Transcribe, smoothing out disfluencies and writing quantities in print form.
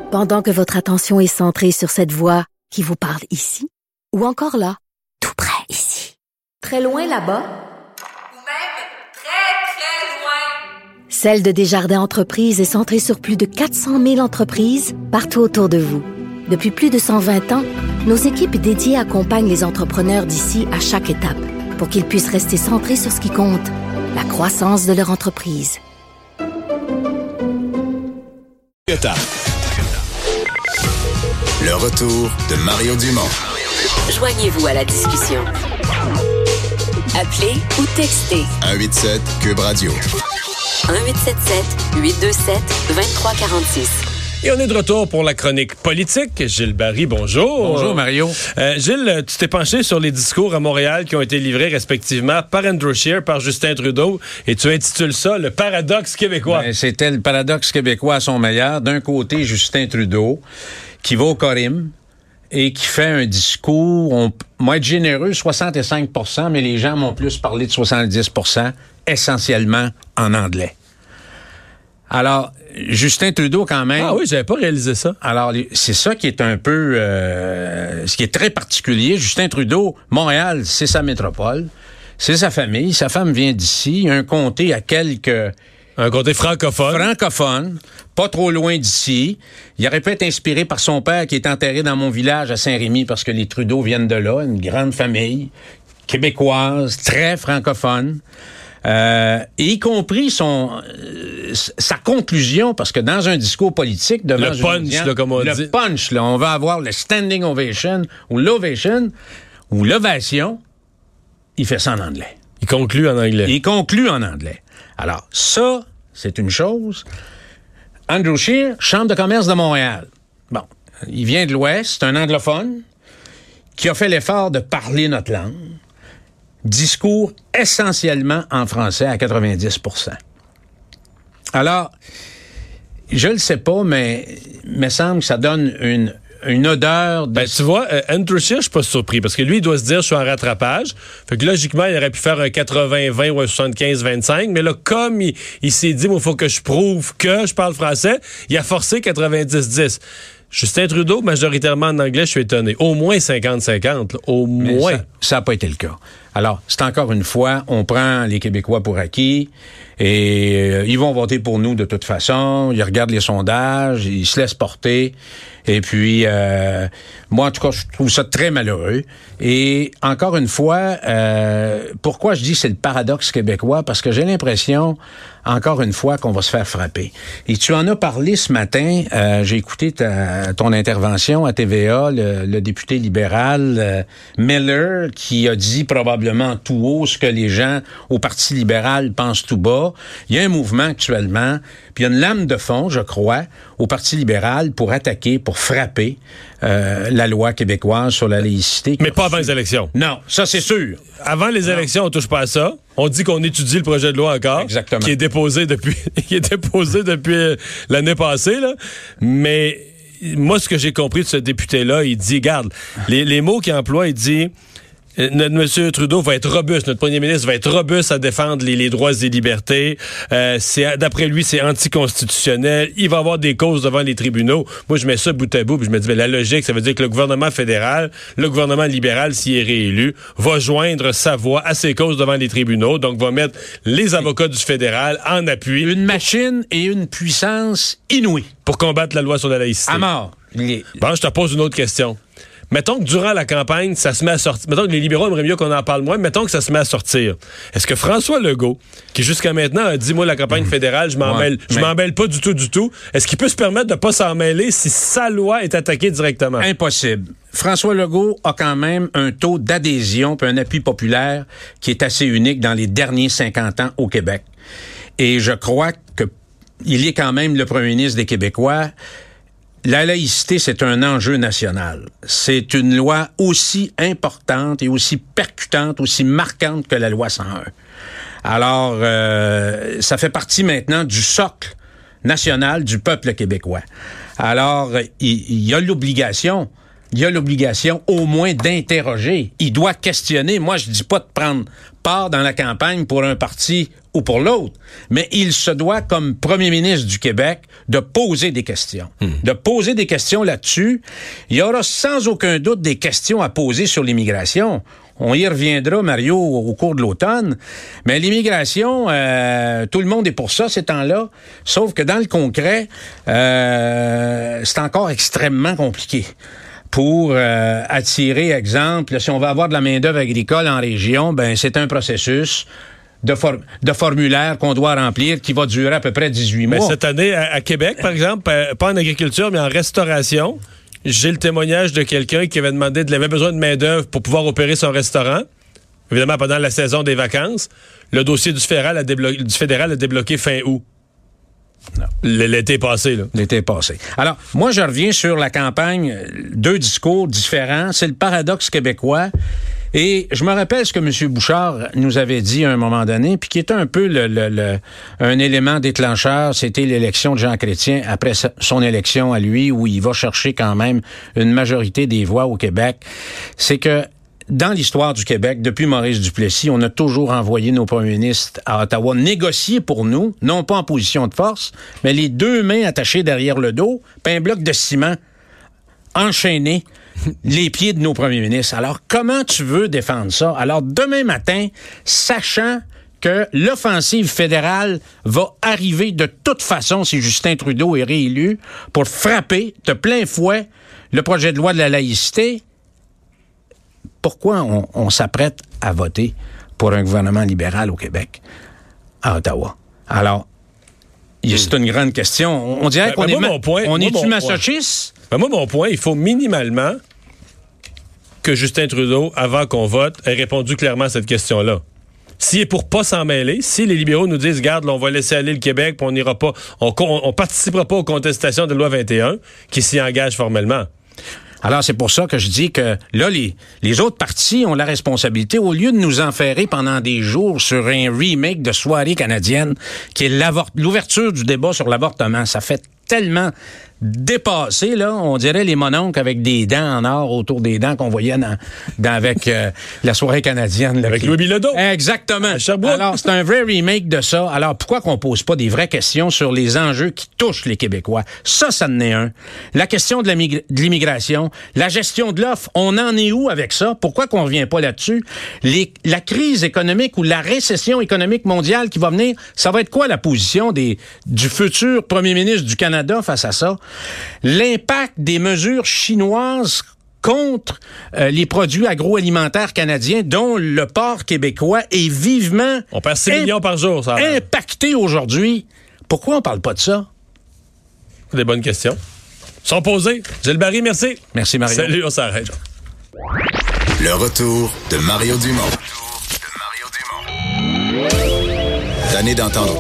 Pendant que votre attention est centrée sur cette voix qui vous parle ici, ou encore là, tout près ici, très loin là-bas, ou même très, très loin. Celle de Desjardins Entreprises est centrée sur plus de 400 000 entreprises partout autour de vous. Depuis plus de 120 ans, nos équipes dédiées accompagnent les entrepreneurs d'ici à chaque étape pour qu'ils puissent rester centrés sur ce qui compte, la croissance de leur entreprise. Le retour de Mario Dumont. Joignez-vous à la discussion. Appelez ou textez 187 Cube Radio. 1877-827-2346. Et on est de retour pour la chronique politique. Gilles Barry, bonjour. Bonjour, Mario. Gilles, tu t'es penché sur les discours à Montréal qui ont été livrés respectivement par Andrew Scheer, par Justin Trudeau, et tu intitules ça « Le paradoxe québécois ». C'était le paradoxe québécois à son meilleur. D'un côté, Justin Trudeau, qui va au Corim et qui fait un discours, on va être généreux, 65 %, mais les gens m'ont plus parlé de 70 %, essentiellement en anglais. Alors, Justin Trudeau, quand même... Ah oui, j'avais pas réalisé ça. Alors, c'est ça qui est un peu... ce qui est très particulier. Justin Trudeau, Montréal, c'est sa métropole, c'est sa famille, sa femme vient d'ici, il y a un comté à quelques... Un comté francophone. Francophone, pas trop loin d'ici. Il aurait pu être inspiré par son père qui est enterré dans mon village à Saint-Rémy parce que les Trudeau viennent de là, une grande famille québécoise, très francophone. Et y compris sa conclusion, parce que dans un discours politique devant le punch, là, comme on dit. Le punch, là, on va avoir le standing ovation ou l'ovation ou l'ovation. Il fait ça en anglais. Il conclut en anglais. Il conclut en anglais. Alors, ça, c'est une chose. Andrew Scheer, Chambre de commerce de Montréal. Bon, il vient de l'Ouest, c'est un anglophone qui a fait l'effort de parler notre langue. Discours essentiellement en français à 90 %. Alors, je le sais pas, mais il me semble que ça donne une odeur de... Ben, tu vois, Andrew Scheer, je suis pas surpris, parce que lui, il doit se dire, je suis en rattrapage. Fait que logiquement, il aurait pu faire un 80-20 ou un 75-25, mais là, comme il s'est dit, il faut que je prouve que je parle français, il a forcé 90-10. Justin Trudeau, majoritairement en anglais, je suis étonné. Au moins 50-50, là. Au moins. Ça n'a pas été le cas. Alors, c'est encore une fois, on prend les Québécois pour acquis et ils vont voter pour nous de toute façon. Ils regardent les sondages, ils se laissent porter. Et puis, moi, en tout cas, je trouve ça très malheureux. Et encore une fois, pourquoi je dis que c'est le paradoxe québécois? Parce que j'ai l'impression, encore une fois, qu'on va se faire frapper. Et tu en as parlé ce matin, j'ai écouté ton intervention à TVA, le député libéral Miller, qui a dit probablement tout haut ce que les gens au Parti libéral pensent tout bas. Il y a un mouvement actuellement, puis il y a une lame de fond, je crois, au Parti libéral pour attaquer, pour frapper la loi québécoise sur la laïcité. Mais pas avant les élections. Non, ça c'est sûr. Avant les élections, on touche pas à ça. On dit qu'on étudie le projet de loi encore. Exactement. Qui est déposé depuis l'année passée, là. Mais moi, ce que j'ai compris de ce député-là, il dit, regarde, les mots qu'il emploie, il dit... Monsieur Trudeau va être robuste, notre premier ministre va être robuste à défendre les droits et libertés. D'après lui, c'est anticonstitutionnel. Il va avoir des causes devant les tribunaux. Moi, je mets ça bout à bout, puis je me dis, la logique, ça veut dire que le gouvernement fédéral, le gouvernement libéral, s'il est réélu, va joindre sa voix à ses causes devant les tribunaux, donc va mettre les avocats du fédéral en appui. Une machine et une puissance inouïe. Pour combattre la loi sur la laïcité. À mort. Bon, je te pose une autre question. Mettons que durant la campagne, ça se met à sortir. Mettons que les libéraux aimeraient mieux qu'on en parle moins. Mettons que ça se met à sortir. Est-ce que François Legault, qui jusqu'à maintenant a dit, moi, la campagne fédérale, je m'en mêle pas du tout, est-ce qu'il peut se permettre de pas s'en mêler si sa loi est attaquée directement? Impossible. François Legault a quand même un taux d'adhésion puis un appui populaire qui est assez unique dans les derniers 50 ans au Québec. Et je crois que il est quand même le premier ministre des Québécois. La laïcité, c'est un enjeu national. C'est une loi aussi importante et aussi percutante, aussi marquante que la loi 101. Alors, ça fait partie maintenant du socle national du peuple québécois. Alors, il y a l'obligation au moins d'interroger. Il doit questionner. Moi, je dis pas de prendre part dans la campagne pour un parti ou pour l'autre, mais il se doit, comme premier ministre du Québec, de poser des questions. De poser des questions là-dessus. Il y aura sans aucun doute des questions à poser sur l'immigration. On y reviendra, Mario, au cours de l'automne. Mais l'immigration, tout le monde est pour ça ces temps-là. Sauf que dans le concret, c'est encore extrêmement compliqué. Pour attirer, exemple, si on va avoir de la main-d'œuvre agricole en région, ben c'est un processus de formulaire qu'on doit remplir qui va durer à peu près 18 mois. Mais cette année, à Québec, par exemple, pas en agriculture, mais en restauration, j'ai le témoignage de quelqu'un qui avait demandé qu'il avait besoin de main-d'œuvre pour pouvoir opérer son restaurant. Évidemment, pendant la saison des vacances. Le dossier du fédéral a débloqué fin août. Non. L'été passé, là. L'été passé. Alors, moi, je reviens sur la campagne. Deux discours différents. C'est le paradoxe québécois. Et je me rappelle ce que M. Bouchard nous avait dit à un moment donné, puis qui était un peu un élément déclencheur, c'était l'élection de Jean Chrétien après son élection à lui, où il va chercher quand même une majorité des voix au Québec. C'est que dans l'histoire du Québec, depuis Maurice Duplessis, on a toujours envoyé nos premiers ministres à Ottawa négocier pour nous, non pas en position de force, mais les deux mains attachées derrière le dos, puis un bloc de ciment enchaîné les pieds de nos premiers ministres. Alors, comment tu veux défendre ça? Alors, demain matin, sachant que l'offensive fédérale va arriver de toute façon si Justin Trudeau est réélu pour frapper de plein fouet le projet de loi de la laïcité, pourquoi on s'apprête à voter pour un gouvernement libéral au Québec, à Ottawa? Alors, c'est une grande question. On dirait qu'on est masochiste? Ben moi, mon point, il faut minimalement que Justin Trudeau, avant qu'on vote, ait répondu clairement à cette question-là. S'il est pour pas s'en mêler, si les libéraux nous disent, regarde, là, on va laisser aller le Québec, puis on n'ira pas, on participera pas aux contestations de la loi 21, qui s'y engage formellement. Alors, c'est pour ça que je dis que là, les autres partis ont la responsabilité, au lieu de nous enferrer pendant des jours sur un remake de Soirée canadienne, qui est l'ouverture du débat sur l'avortement. Ça fait tellement dépassé, là, on dirait les mononcles avec des dents en or autour des dents qu'on voyait avec la Soirée canadienne. Là, avec Louis Bilodeau. Exactement. Alors, c'est un vrai remake de ça. Alors, pourquoi qu'on pose pas des vraies questions sur les enjeux qui touchent les Québécois? Ça en est un. La question de l'immigration, la gestion de l'offre, on en est où avec ça? Pourquoi qu'on revient pas là-dessus? La crise économique ou la récession économique mondiale qui va venir, ça va être quoi la position du futur premier ministre du Canada face à ça? L'impact des mesures chinoises contre les produits agroalimentaires canadiens, dont le porc québécois est vivement... On perd 6 millions par jour, ça. Impacté aujourd'hui. Pourquoi on parle pas de ça? Des bonnes questions. Sont posées. Gilles Barry, merci. Merci, Mario. Salut, on s'arrête. Le retour de Mario Dumont. Donné d'entendre.